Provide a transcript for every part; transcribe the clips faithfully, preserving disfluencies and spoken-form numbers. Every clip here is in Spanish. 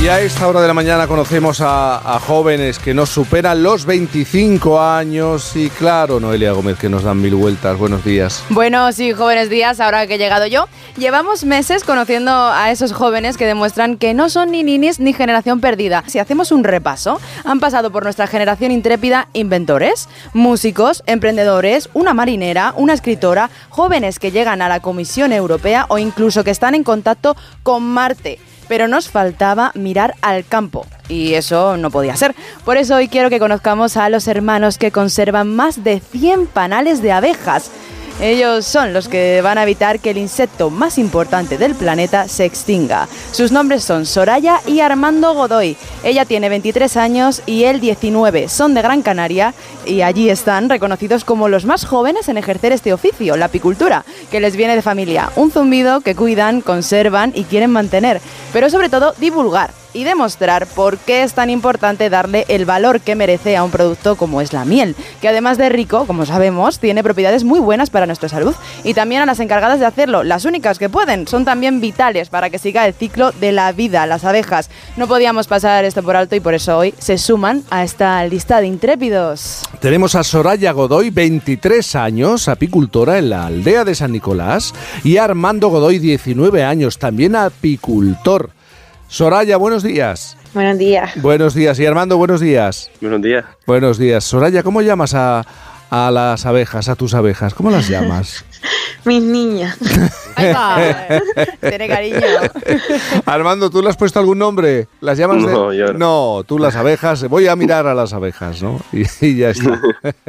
Y a esta hora de la mañana conocemos a, a jóvenes que nos superan los veinticinco años y claro, Noelia Gómez, que nos dan mil vueltas. Buenos días. Bueno, sí, jóvenes días, ahora que he llegado yo. Llevamos meses conociendo a esos jóvenes que demuestran que no son ni ninis ni generación perdida. Si hacemos un repaso, han pasado por nuestra generación intrépida inventores, músicos, emprendedores, una marinera, una escritora, jóvenes que llegan a la Comisión Europea o incluso que están en contacto con Marte. Pero nos faltaba mirar al campo, y eso no podía ser. Por eso hoy quiero que conozcamos a los hermanos que conservan más de cien panales de abejas. Ellos son los que van a evitar que el insecto más importante del planeta se extinga. Sus nombres son Soraya y Armando Godoy. Ella tiene veintitrés años y él diecinueve. Son de Gran Canaria y allí están reconocidos como los más jóvenes en ejercer este oficio, la apicultura, que les viene de familia. Un zumbido que cuidan, conservan y quieren mantener, pero sobre todo divulgar y demostrar por qué es tan importante darle el valor que merece a un producto como es la miel, que además de rico, como sabemos, tiene propiedades muy buenas para nuestra salud. Y también a las encargadas de hacerlo, las únicas que pueden, son también vitales para que siga el ciclo de la vida, las abejas. No podíamos pasar esto por alto y por eso hoy se suman a esta lista de intrépidos. Tenemos a Soraya Godoy, veintitrés años, apicultora en la aldea de San Nicolás, y a Armando Godoy, diecinueve años, también apicultor. Soraya, buenos días. Buenos días. Buenos días. Y Armando, buenos días. Buenos días. Buenos días. Soraya, ¿cómo llamas a, a las abejas, a tus abejas? ¿Cómo las llamas? Mis niñas. Ahí va. Tiene cariño. Armando, ¿tú le has puesto algún nombre? ¿Las llamas de...? No, yo no. No, tú las abejas. Voy a mirar a las abejas, ¿no? Y, y ya está.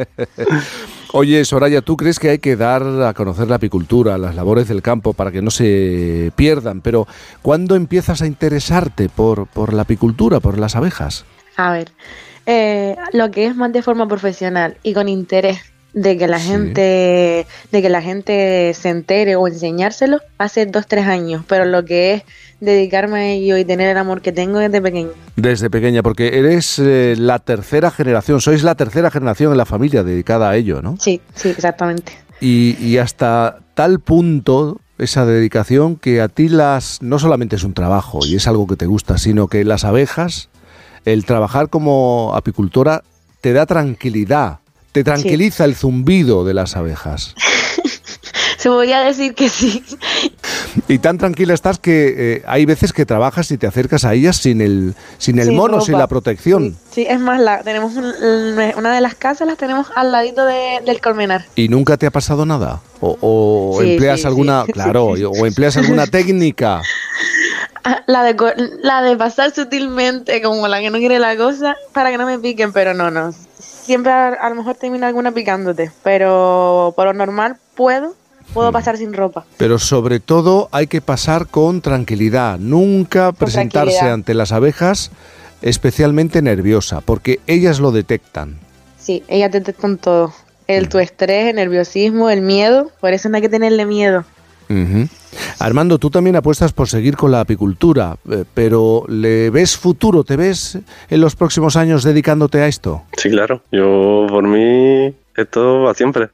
Oye, Soraya, ¿tú crees que hay que dar a conocer la apicultura, las labores del campo para que no se pierdan? Pero ¿cuándo empiezas a interesarte por, por la apicultura, por las abejas? A ver, eh, lo que es más de forma profesional y con interés de que la Sí. gente, de que la gente se entere o enseñárselo hace dos, tres años, pero lo que es dedicarme a ello y tener el amor que tengo desde pequeño. Desde pequeña, porque eres eh, la tercera generación, sois la tercera generación en la familia dedicada a ello, ¿no? Sí, sí, exactamente. Y, y hasta tal punto esa dedicación que a ti las no solamente es un trabajo y es algo que te gusta, sino que las abejas, el trabajar como apicultora te da tranquilidad, te tranquiliza sí. El zumbido de las abejas. Se podría decir que sí. Y tan tranquila estás que eh, hay veces que trabajas y te acercas a ellas sin el sin el Sin mono, ropa. sin la protección. Sí, sí, es más, la, tenemos un- una de las casas las tenemos al ladito de- del colmenar. ¿Y nunca te ha pasado nada? ¿O, o Sí, empleas sí, alguna, sí. claro, Sí. o empleas alguna técnica? Ah, La de, co- la de pasar sutilmente, como la que no quiere la cosa, para que no me piquen, pero no, no. Siempre a, a lo mejor termina alguna picándote, pero por lo normal puedo, puedo pasar sin ropa. Pero sobre todo hay que pasar con tranquilidad, nunca presentarse tranquilidad. ante las abejas especialmente nerviosa, porque ellas lo detectan. Sí, ellas detectan todo. El tu estrés, el nerviosismo, el miedo, por eso no hay que tenerle miedo. Ujú. Armando, tú también apuestas por seguir con la apicultura, eh, pero ¿le ves futuro? ¿Te ves en los próximos años dedicándote a esto? Sí, claro. Yo, por mí, esto va siempre.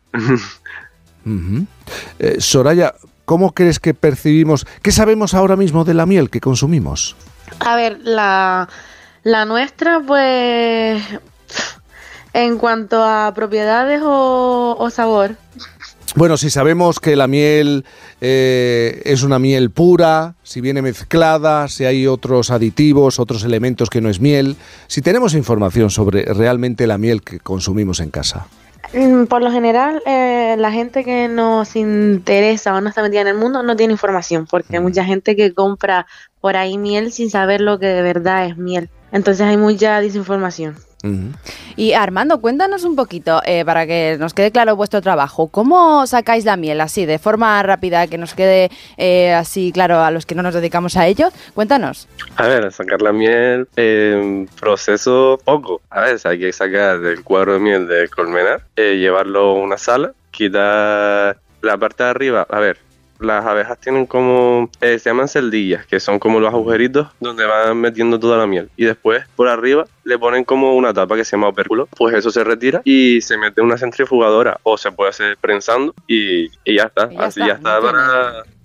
Ujú. Eh, Soraya, ¿cómo crees que percibimos, qué sabemos ahora mismo de la miel que consumimos? A ver, la, la nuestra, pues, en cuanto a propiedades o, o sabor, Bueno, si sabemos que la miel eh, es una miel pura, si viene mezclada, si hay otros aditivos, otros elementos que no es miel, si tenemos información sobre realmente la miel que consumimos en casa. mm, por lo general, eh, la gente que nos interesa o no está metida en el mundo no tiene información, porque hay mucha gente que compra por ahí miel sin saber lo que de verdad es miel. Entonces hay mucha desinformación. Ujú. Y Armando, cuéntanos un poquito, eh, para que nos quede claro vuestro trabajo. ¿Cómo sacáis la miel así, de forma rápida, que nos quede eh, así claro a los que no nos dedicamos a ello? Cuéntanos. A ver, sacar la miel, eh, proceso poco. A veces hay que sacar del cuadro de miel del colmenar, eh, llevarlo a una sala, quitar la parte de arriba. A ver, las abejas tienen como, eh, se llaman celdillas, que son como los agujeritos donde van metiendo toda la miel. Y después, por arriba, le ponen como una tapa que se llama opérculo. Pues eso se retira y se mete en una centrifugadora o se puede hacer prensando y, y ya está. Y ya Así está, ya está no para...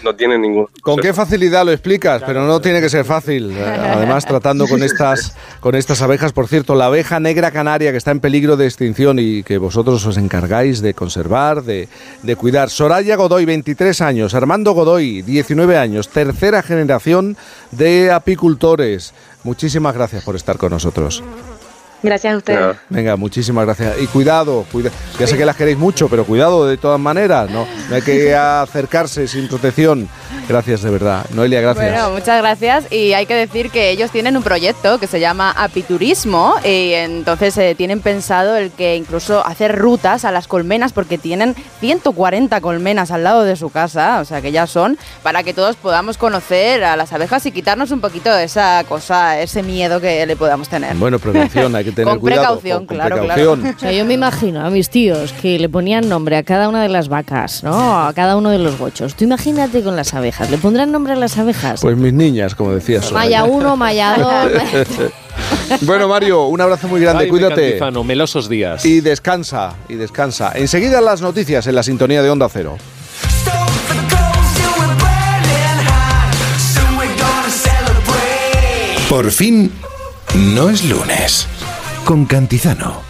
no tiene ningún... ¿Con qué facilidad lo explicas? Pero no tiene que ser fácil. Además, tratando con estas, con estas abejas, por cierto, la abeja negra canaria que está en peligro de extinción y que vosotros os encargáis de conservar, de, de cuidar. Soraya Godoy, veintitrés años. Armando Godoy, diecinueve años. Tercera generación de apicultores. Muchísimas gracias por estar con nosotros. Gracias a ustedes. No. Venga, muchísimas gracias. Y cuidado, cuida. Ya sé que las queréis mucho, pero cuidado de todas maneras, ¿no? No hay que acercarse sin protección. Gracias, de verdad. Noelia, gracias. Bueno, muchas gracias. Y hay que decir que ellos tienen un proyecto que se llama Apiturismo y entonces eh, tienen pensado el que incluso hacer rutas a las colmenas porque tienen ciento cuarenta colmenas al lado de su casa, o sea que ya son, para que todos podamos conocer a las abejas y quitarnos un poquito esa cosa, ese miedo que le podamos tener. Bueno, prevención, hay que tener Con cuidado. precaución, con, con claro, precaución. claro. O sea, yo me imagino a mis tíos que le ponían nombre a cada una de las vacas, ¿no? A cada uno de los gochos. Tú imagínate con las abejas. ¿Le pondrán nombre a las abejas? Pues mis niñas, como decías. Maya uno, Maya dos... Bueno, Mario, un abrazo muy grande, Ay, cuídate. Cantizano, melosos días. Y descansa, y descansa. Enseguida las noticias en la sintonía de Onda Cero. Por fin, no es lunes. Con Cantizano.